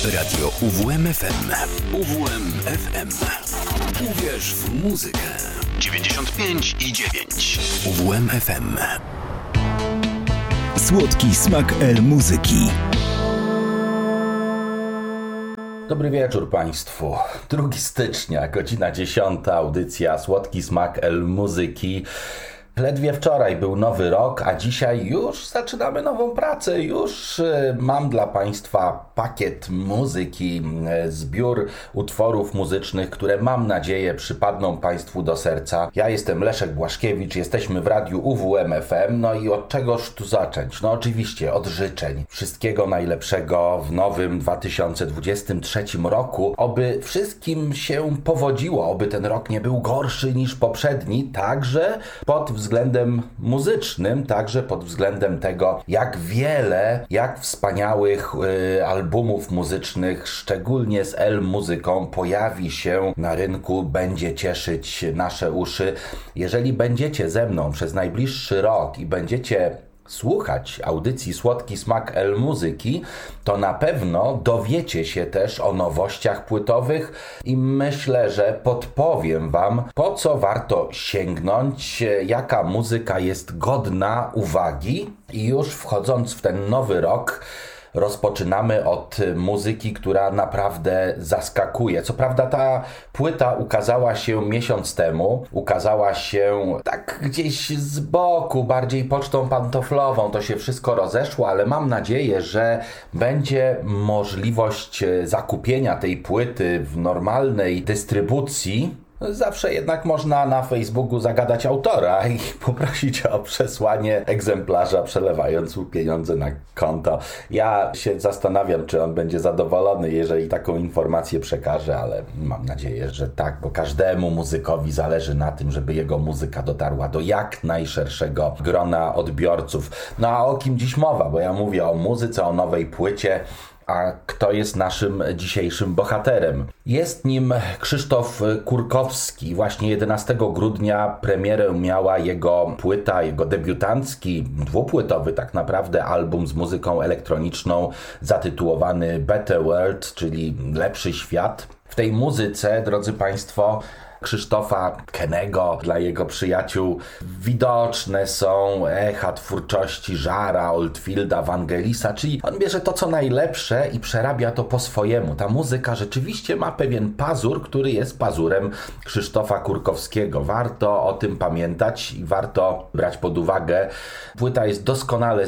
Radio UWMFM. UWMFM. Uwierz w muzykę. 95,9. UWMFM. Słodki smak muzyki. Dobry wieczór Państwu. 2 stycznia, godzina 10, audycja Słodki smak muzyki. Ledwie wczoraj był nowy rok, a dzisiaj już zaczynamy nową pracę. Już mam dla Państwa pakiet muzyki, zbiór utworów muzycznych, które mam nadzieję przypadną Państwu do serca. Ja jestem Leszek Błaszkiewicz, jesteśmy w radiu UWMFM. No i od czegoż tu zacząć? No oczywiście od życzeń. Wszystkiego najlepszego w nowym 2023 roku. Oby wszystkim się powodziło, oby ten rok nie był gorszy niż poprzedni, także pod względem muzycznym, także pod względem tego, jak wspaniałych albumów muzycznych, szczególnie z muzyką, pojawi się na rynku, będzie cieszyć nasze uszy. Jeżeli będziecie ze mną przez najbliższy rok i będziecie słuchać audycji Słodki smak muzyki, to na pewno dowiecie się też o nowościach płytowych i myślę, że podpowiem Wam, po co warto sięgnąć, jaka muzyka jest godna uwagi. I już wchodząc w ten nowy rok, rozpoczynamy od muzyki, która naprawdę zaskakuje. Co prawda ta płyta ukazała się miesiąc temu, ukazała się tak gdzieś z boku, bardziej pocztą pantoflową, to się wszystko rozeszło, ale mam nadzieję, że będzie możliwość zakupienia tej płyty w normalnej dystrybucji. Zawsze jednak można na Facebooku zagadać autora i poprosić o przesłanie egzemplarza, przelewając mu pieniądze na konto. Ja się zastanawiam, czy on będzie zadowolony, jeżeli taką informację przekaże, ale mam nadzieję, że tak, bo każdemu muzykowi zależy na tym, żeby jego muzyka dotarła do jak najszerszego grona odbiorców. No a o kim dziś mowa? Bo ja mówię o muzyce, o nowej płycie. A kto jest naszym dzisiejszym bohaterem? Jest nim Krzysztof Kurkowski. Właśnie 11 grudnia premierę miała jego płyta, jego debiutancki, dwupłytowy tak naprawdę album z muzyką elektroniczną zatytułowany Better World, czyli Lepszy Świat. W tej muzyce, drodzy Państwo, Krzysztofa Kennego, dla jego przyjaciół widoczne są echa twórczości Żara, Oldfielda, Vangelisa, czyli on bierze to, co najlepsze i przerabia to po swojemu. Ta muzyka rzeczywiście ma pewien pazur, który jest pazurem Krzysztofa Kurkowskiego. Warto o tym pamiętać i warto brać pod uwagę. Płyta jest doskonale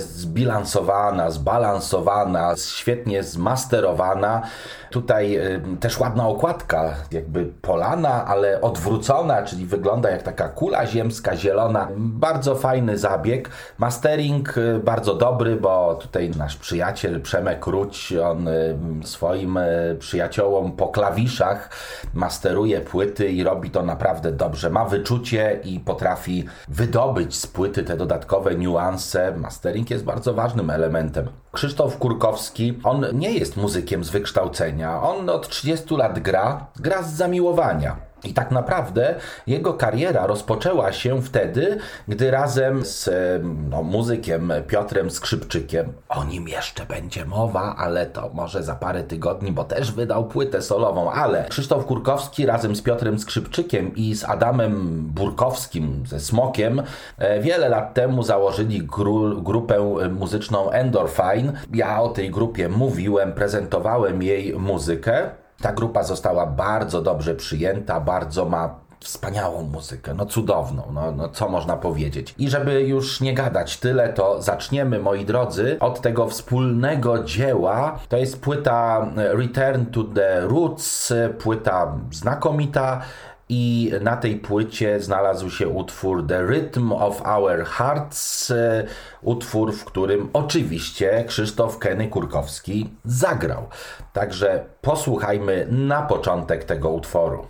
zbalansowana, świetnie zmasterowana. Tutaj też ładna okładka, jakby polana, ale odwrócona, czyli wygląda jak taka kula ziemska, zielona. Bardzo fajny zabieg. Mastering bardzo dobry, bo tutaj nasz przyjaciel Przemek Ruć, on swoim przyjaciołom po klawiszach masteruje płyty i robi to naprawdę dobrze. Ma wyczucie i potrafi wydobyć z płyty te dodatkowe niuanse. Mastering jest bardzo ważnym elementem. Krzysztof Kurkowski, on nie jest muzykiem z wykształcenia. On od 30 lat gra z zamiłowania. I tak naprawdę jego kariera rozpoczęła się wtedy, gdy razem z muzykiem Piotrem Skrzypczykiem, o nim jeszcze będzie mowa, ale to może za parę tygodni, bo też wydał płytę solową, ale Krzysztof Kurkowski razem z Piotrem Skrzypczykiem i z Adamem Burkowskim, ze Smokiem, wiele lat temu założyli grupę muzyczną Endorfine. Ja o tej grupie mówiłem, prezentowałem jej muzykę. Ta grupa została bardzo dobrze przyjęta, bardzo ma wspaniałą muzykę, cudowną, co można powiedzieć. I żeby już nie gadać tyle, to zaczniemy, moi drodzy, od tego wspólnego dzieła. To jest płyta Return to the Roots, płyta znakomita. I na tej płycie znalazł się utwór The Rhythm of Our Hearts, utwór, w którym oczywiście Krzysztof Kenny Kurkowski zagrał. Także posłuchajmy na początek tego utworu.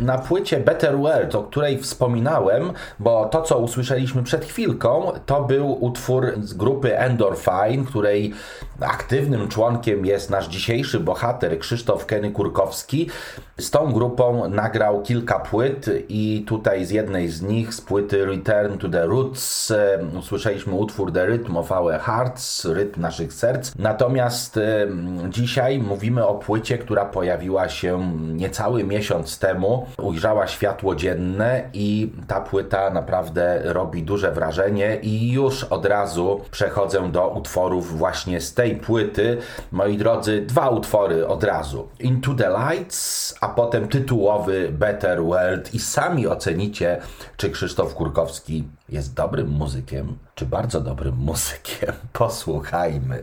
na płycie Better World, o której wspominałem, bo to, co usłyszeliśmy przed chwilką, to był utwór z grupy Endorphine, której aktywnym członkiem jest nasz dzisiejszy bohater Krzysztof Kenny Kurkowski. Z tą grupą nagrał kilka płyt i tutaj z jednej z nich, z płyty Return to the Roots, usłyszeliśmy utwór The Rhythm of Our Hearts, rytm naszych serc. Natomiast dzisiaj mówimy o płycie, która pojawiła się niecały miesiąc temu, ujrzała światło dzienne i ta płyta naprawdę robi duże wrażenie i już od razu przechodzę do utworów właśnie z tej płyty. Moi drodzy, 2 utwory od razu. Into the Lights, a potem tytułowy Better World i sami ocenicie, czy Krzysztof Kurkowski jest dobrym muzykiem, czy bardzo dobrym muzykiem. Posłuchajmy.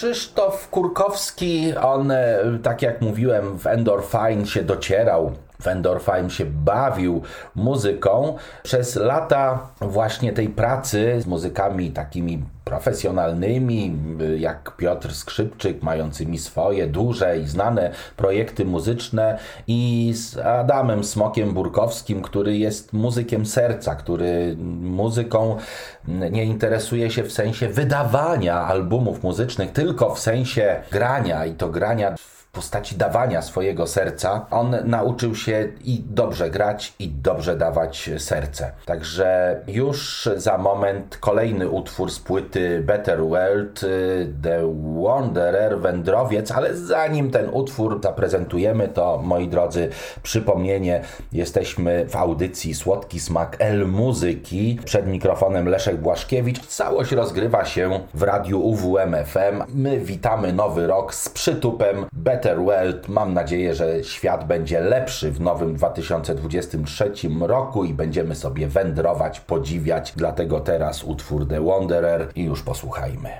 Krzysztof Kurkowski, on, tak jak mówiłem, w Endorfine się docierał. W Endorfine się bawił muzyką. Przez lata właśnie tej pracy z muzykami takimi profesjonalnymi, jak Piotr Skrzypczyk, mającymi swoje duże i znane projekty muzyczne, i z Adamem Smokiem Burkowskim, który jest muzykiem serca, który muzyką nie interesuje się w sensie wydawania albumów muzycznych, tylko w sensie grania, i to grania w postaci dawania swojego serca. On nauczył się i dobrze grać, i dobrze dawać serce. Także już za moment kolejny utwór z płyty Better World, The Wanderer, Wędrowiec, ale zanim ten utwór zaprezentujemy, to moi drodzy, przypomnienie, jesteśmy w audycji Słodki Smak Muzyki. Przed mikrofonem Leszek Błaszkiewicz. Całość rozgrywa się w radiu UWM FM. My witamy nowy rok z przytupem Better World. Mam nadzieję, że świat będzie lepszy w nowym 2023 roku i będziemy sobie wędrować, podziwiać. Dlatego teraz utwór The Wanderer i już posłuchajmy.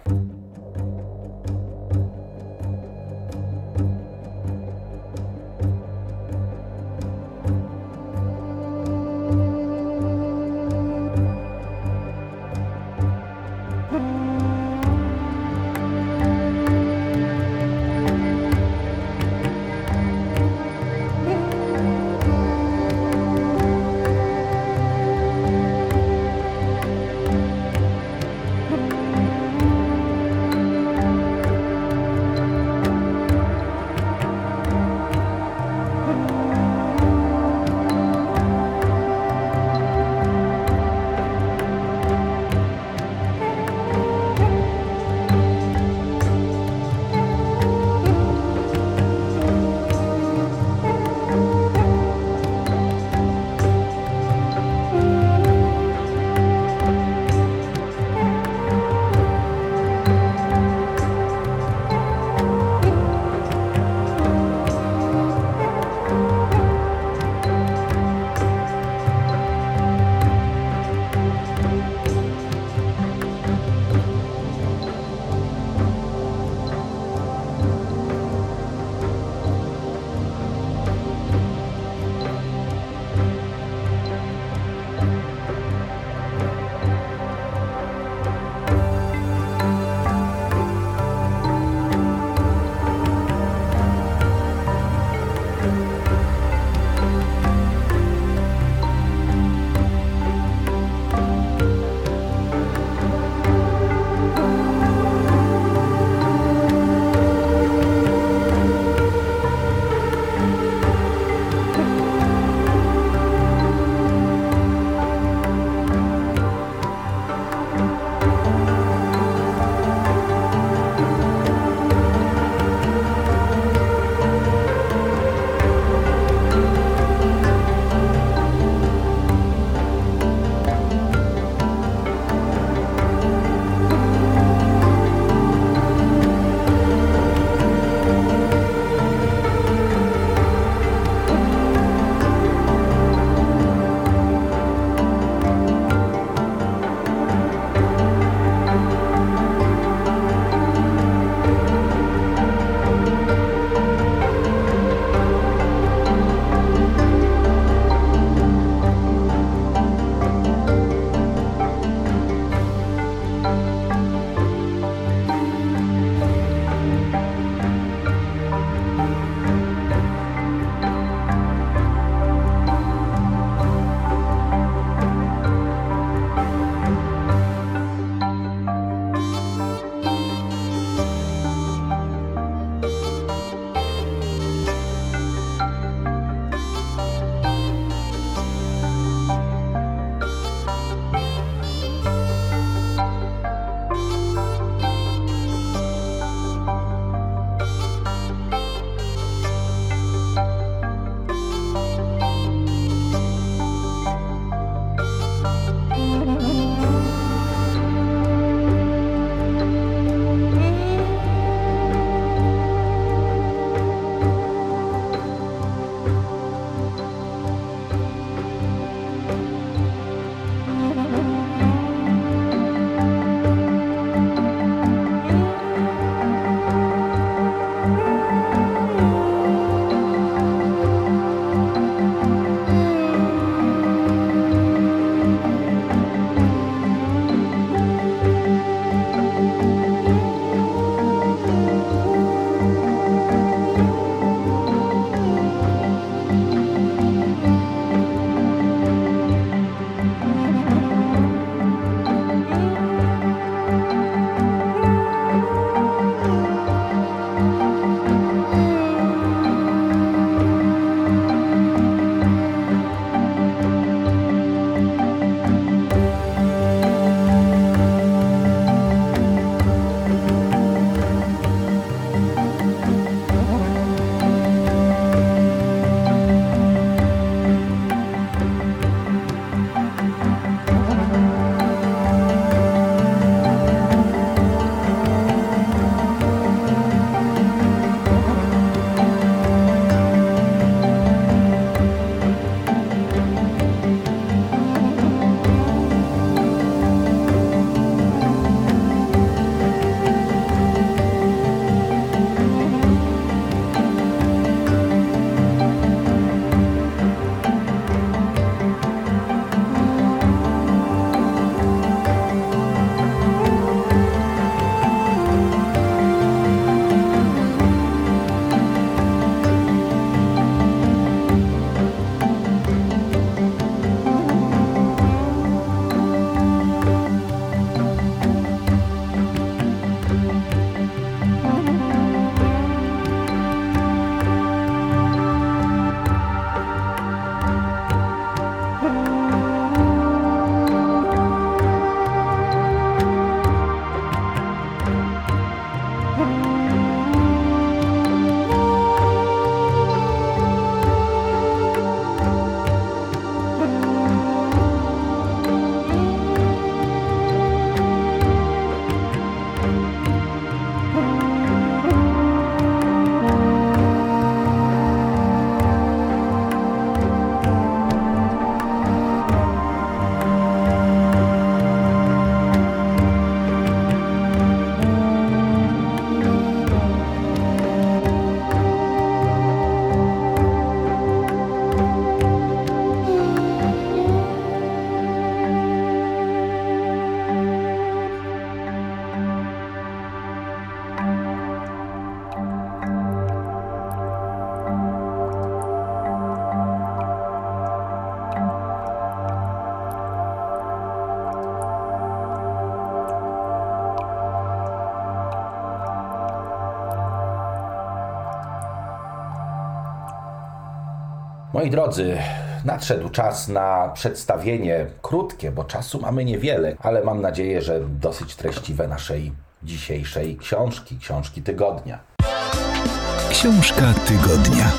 Moi drodzy, nadszedł czas na przedstawienie krótkie, bo czasu mamy niewiele, ale mam nadzieję, że dosyć treściwe naszej dzisiejszej książki tygodnia. Książka tygodnia.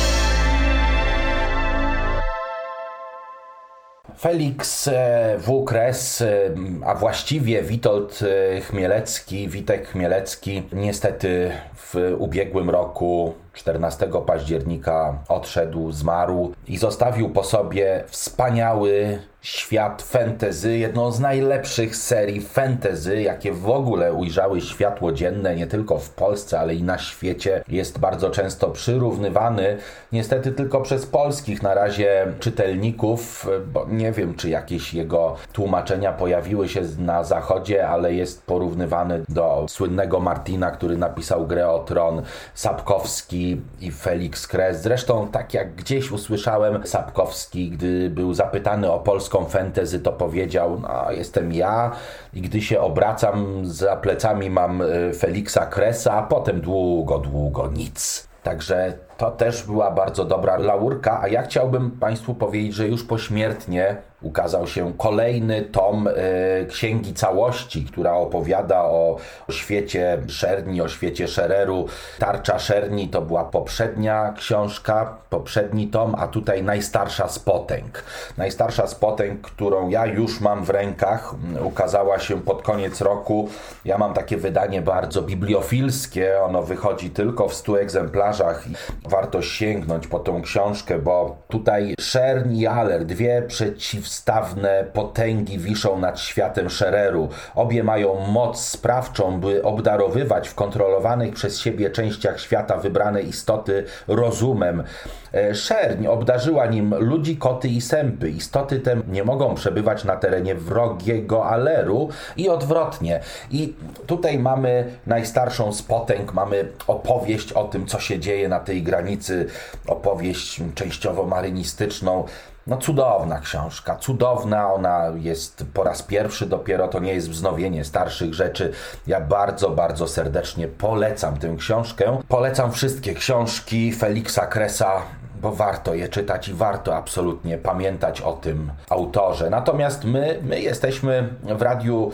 Felix W. Kress, a właściwie Witold Chmielecki, Witek Chmielecki, niestety w ubiegłym roku 14 października odszedł, zmarł i zostawił po sobie wspaniały świat fantasy, jedną z najlepszych serii fantasy, jakie w ogóle ujrzały światło dzienne, nie tylko w Polsce, ale i na świecie. Jest bardzo często przyrównywany, niestety tylko przez polskich na razie czytelników, bo nie wiem, czy jakieś jego tłumaczenia pojawiły się na zachodzie, ale jest porównywany do słynnego Martina, który napisał Grę o Tron, Sapkowski i Felix Kress. Zresztą, tak jak gdzieś usłyszałem, Sapkowski, gdy był zapytany o polską fantasy, to powiedział: no, jestem ja i gdy się obracam, za plecami mam Felixa Kressa, a potem długo nic. Także to też była bardzo dobra laurka, a ja chciałbym Państwu powiedzieć, że już pośmiertnie ukazał się kolejny tom Księgi Całości, która opowiada o świecie Szerni, o świecie Szereru. Tarcza Szerni to była poprzednia książka, poprzedni tom, a tutaj Najstarsza z potęg. Najstarsza z potęg, którą ja już mam w rękach, ukazała się pod koniec roku. Ja mam takie wydanie bardzo bibliofilskie, ono wychodzi tylko w 100 egzemplarzach. Warto sięgnąć po tą książkę, bo tutaj Szern i Aler, dwie przeciwstawne potęgi wiszą nad światem Szereru. Obie mają moc sprawczą, by obdarowywać w kontrolowanych przez siebie częściach świata wybrane istoty rozumem. Szerń obdarzyła nim ludzi, koty i sępy. Istoty te nie mogą przebywać na terenie wrogiego Aleru i odwrotnie. I tutaj mamy najstarszą z potęg, mamy opowieść o tym, co się dzieje na tej granicy, opowieść częściowo marynistyczną. No cudowna książka, cudowna, ona jest po raz pierwszy dopiero, to nie jest wznowienie starszych rzeczy. Ja bardzo serdecznie polecam tę książkę. Polecam wszystkie książki Felixa Kressa, bo warto je czytać i warto absolutnie pamiętać o tym autorze. Natomiast my jesteśmy w radiu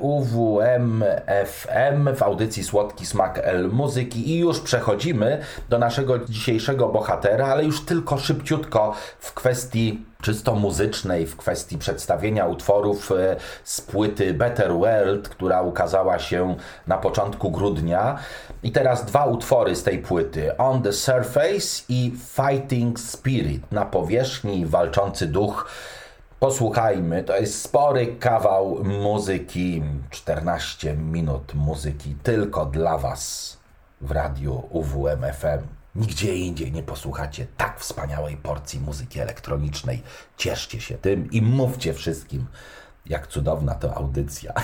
UWM FM w audycji Słodki Smak El Muzyki i już przechodzimy do naszego dzisiejszego bohatera, ale już tylko szybciutko w kwestii czysto muzycznej, w kwestii przedstawienia utworów z płyty Better World, która ukazała się na początku grudnia. I teraz dwa utwory z tej płyty: On the Surface i Fighting Spirit, na powierzchni walczący duch. Posłuchajmy, to jest spory kawał muzyki, 14 minut muzyki tylko dla Was w radiu UWM FM. Nigdzie indziej nie posłuchacie tak wspaniałej porcji muzyki elektronicznej. Cieszcie się tym i mówcie wszystkim, jak cudowna to audycja.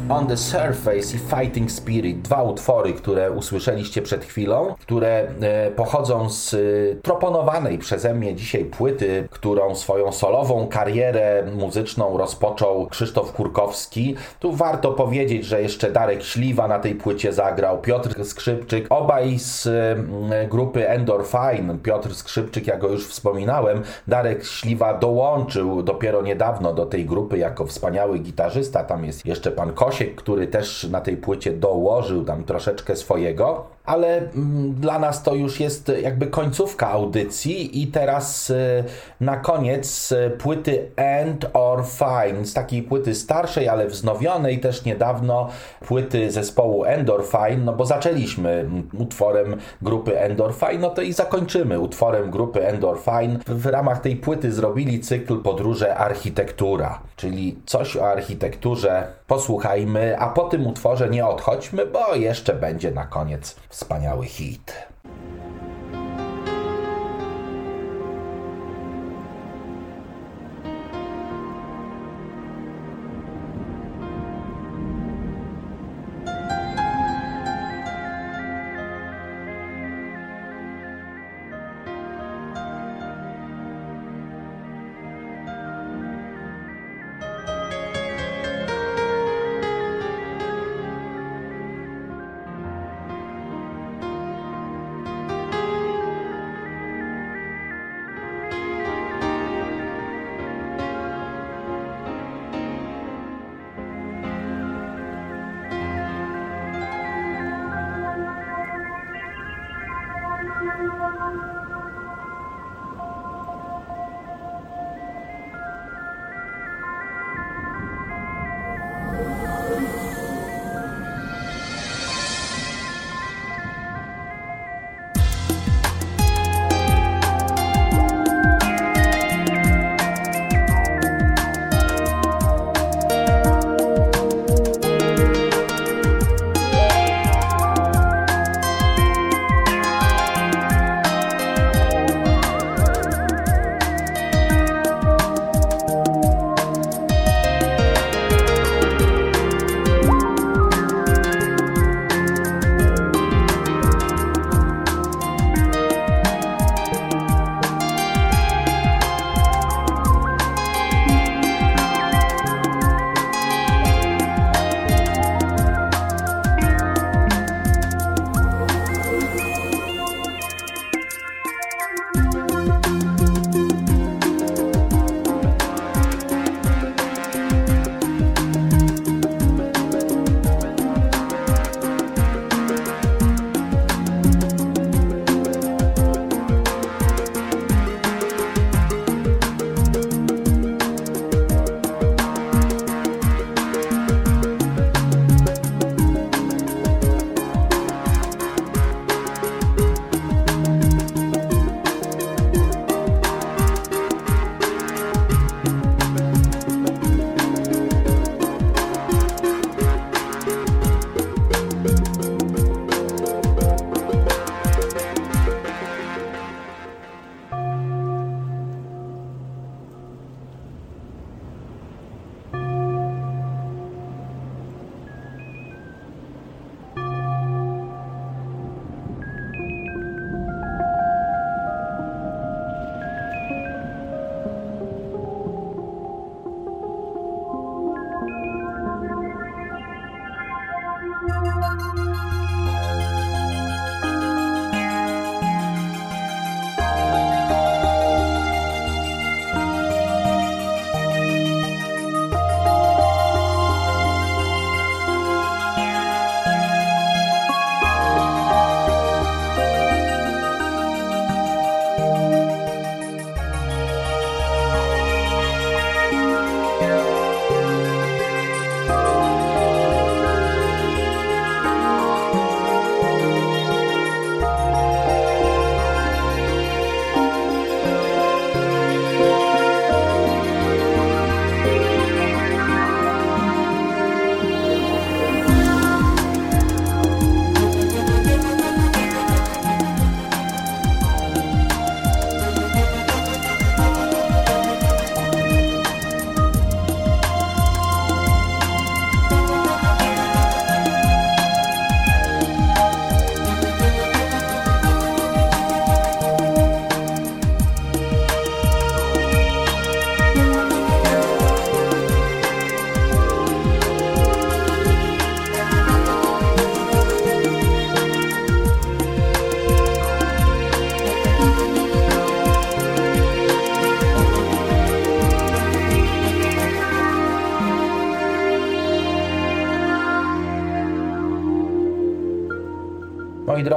On the Surface i Fighting Spirit. 2 utwory, które usłyszeliście przed chwilą, które pochodzą z proponowanej przeze mnie dzisiaj płyty, którą swoją solową karierę muzyczną rozpoczął Krzysztof Kurkowski. Tu warto powiedzieć, że jeszcze Darek Śliwa na tej płycie zagrał, Piotr Skrzypczyk, obaj z grupy Endorphine. Piotr Skrzypczyk, ja go już wspominałem, Darek Śliwa dołączył dopiero niedawno do tej grupy jako wspaniały gitarzysta. Tam jest jeszcze pan Kosiek, który też na tej płycie dołożył tam troszeczkę swojego, ale dla nas to już jest jakby końcówka audycji i teraz na koniec płyty End or Fine, z takiej płyty starszej, ale wznowionej też niedawno, płyty zespołu Endorphine, no bo zaczęliśmy utworem grupy Endorphine, no to i zakończymy utworem grupy Endorphine. W ramach tej płyty zrobili cykl Podróże Architektura, czyli coś o architekturze posłuchajmy, a po tym utworze nie odchodźmy, bo jeszcze będzie na koniec wspaniały hit.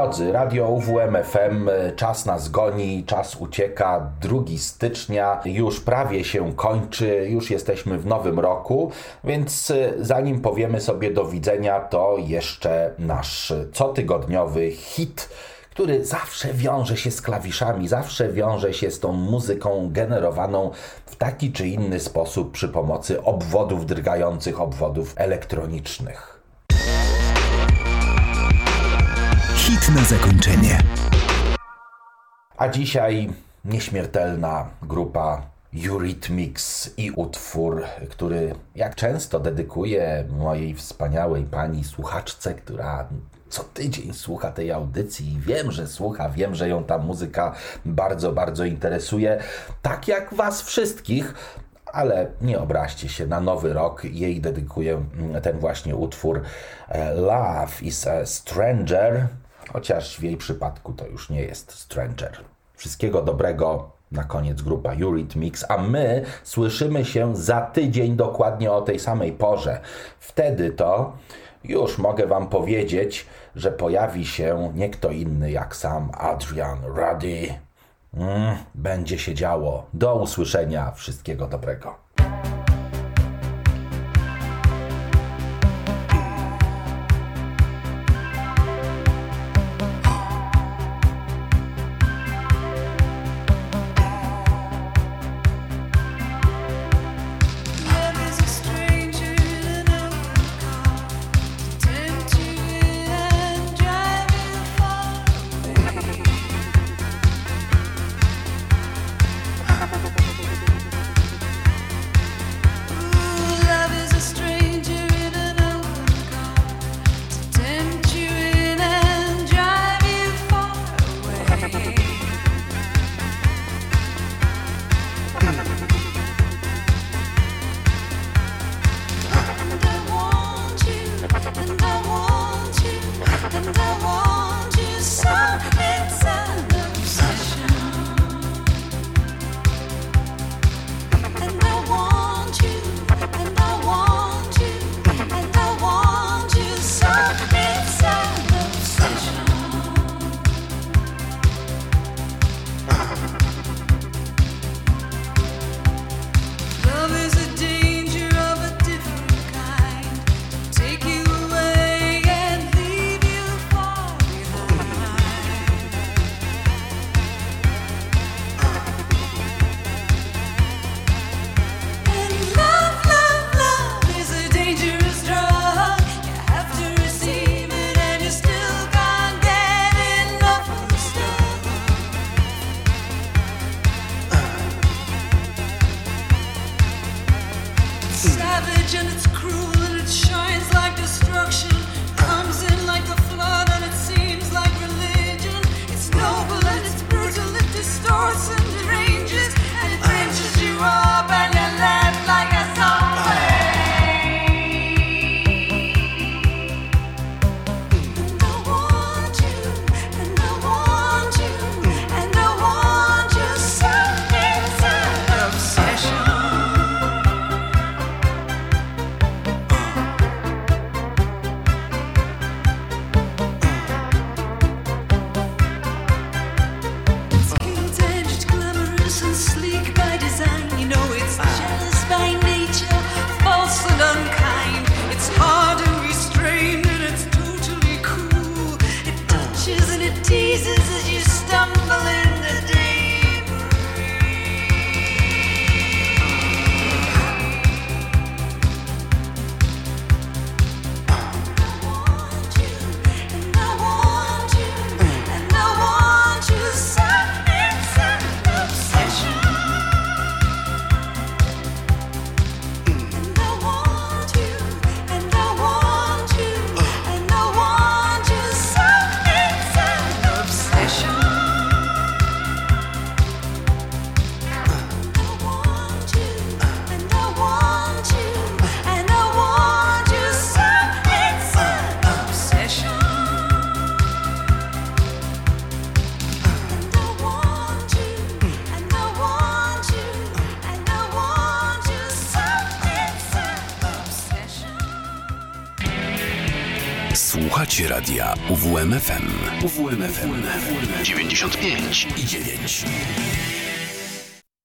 drodzy, Radio UWM FM, czas nas goni, czas ucieka, 2 stycznia już prawie się kończy, już jesteśmy w nowym roku, więc zanim powiemy sobie do widzenia, to jeszcze nasz cotygodniowy hit, który zawsze wiąże się z klawiszami, zawsze wiąże się z tą muzyką generowaną w taki czy inny sposób przy pomocy obwodów drgających, obwodów elektronicznych. Hit na zakończenie. A dzisiaj nieśmiertelna grupa Eurythmics i utwór, który jak często dedykuję mojej wspaniałej pani słuchaczce, która co tydzień słucha tej audycji i wiem, że słucha, wiem, że ją ta muzyka bardzo, bardzo interesuje, tak jak was wszystkich, ale nie obraźcie się, na nowy rok jej dedykuję ten właśnie utwór Love is a Stranger, chociaż w jej przypadku to już nie jest Stranger. Wszystkiego dobrego, na koniec grupa Eurythmics, a my słyszymy się za tydzień dokładnie o tej samej porze. Wtedy to już mogę wam powiedzieć, że pojawi się nie kto inny jak sam Adrian Ruddy. Będzie się działo. Do usłyszenia. Wszystkiego dobrego. Słuchacie radia UWMFM. UWMFM 95 i 9.